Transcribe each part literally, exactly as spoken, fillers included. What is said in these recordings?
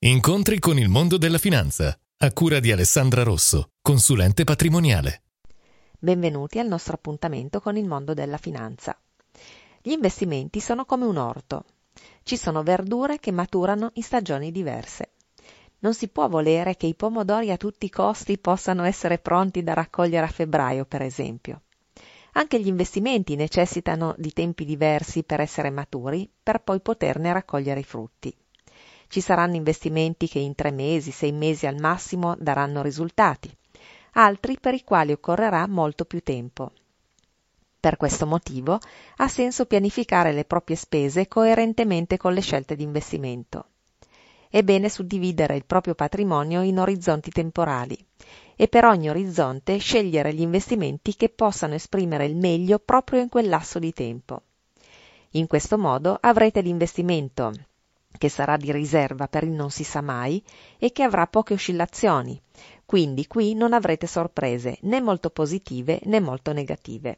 Incontri con il mondo della finanza, a cura di Alessandra Rosso, consulente patrimoniale. Benvenuti al nostro appuntamento con il mondo della finanza. Gli investimenti sono come un orto. Ci sono verdure che maturano in stagioni diverse. Non si può volere che i pomodori a tutti i costi possano essere pronti da raccogliere a febbraio, per esempio. Anche gli investimenti necessitano di tempi diversi per essere maturi, per poi poterne raccogliere i frutti. Ci saranno investimenti che in tre mesi, sei mesi al massimo daranno risultati, altri per i quali occorrerà molto più tempo. Per questo motivo ha senso pianificare le proprie spese coerentemente con le scelte di investimento. È bene suddividere il proprio patrimonio in orizzonti temporali e per ogni orizzonte scegliere gli investimenti che possano esprimere il meglio proprio in quel lasso di tempo. In questo modo avrete l'investimento che sarà di riserva per il non si sa mai e che avrà poche oscillazioni, quindi qui non avrete sorprese né molto positive né molto negative.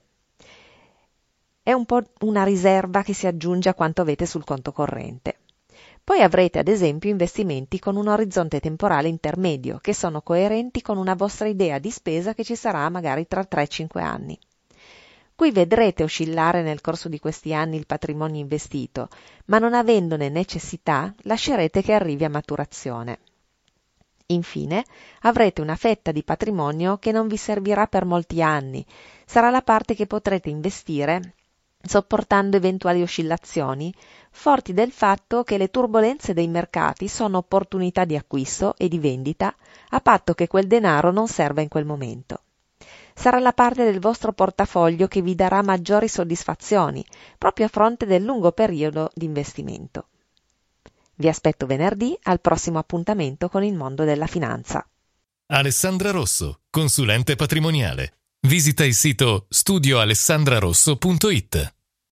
È un po' una riserva che si aggiunge a quanto avete sul conto corrente. Poi avrete ad esempio investimenti con un orizzonte temporale intermedio, che sono coerenti con una vostra idea di spesa che ci sarà magari tra tre cinque anni. Qui vedrete oscillare nel corso di questi anni il patrimonio investito, ma non avendone necessità lascerete che arrivi a maturazione. Infine avrete una fetta di patrimonio che non vi servirà per molti anni, sarà la parte che potrete investire sopportando eventuali oscillazioni, forti del fatto che le turbolenze dei mercati sono opportunità di acquisto e di vendita, a patto che quel denaro non serva in quel momento. Sarà la parte del vostro portafoglio che vi darà maggiori soddisfazioni, proprio a fronte del lungo periodo di investimento. Vi aspetto venerdì al prossimo appuntamento con il mondo della finanza. Alessandra Rosso, consulente patrimoniale. Visita il sito studio alessandra rosso punto it.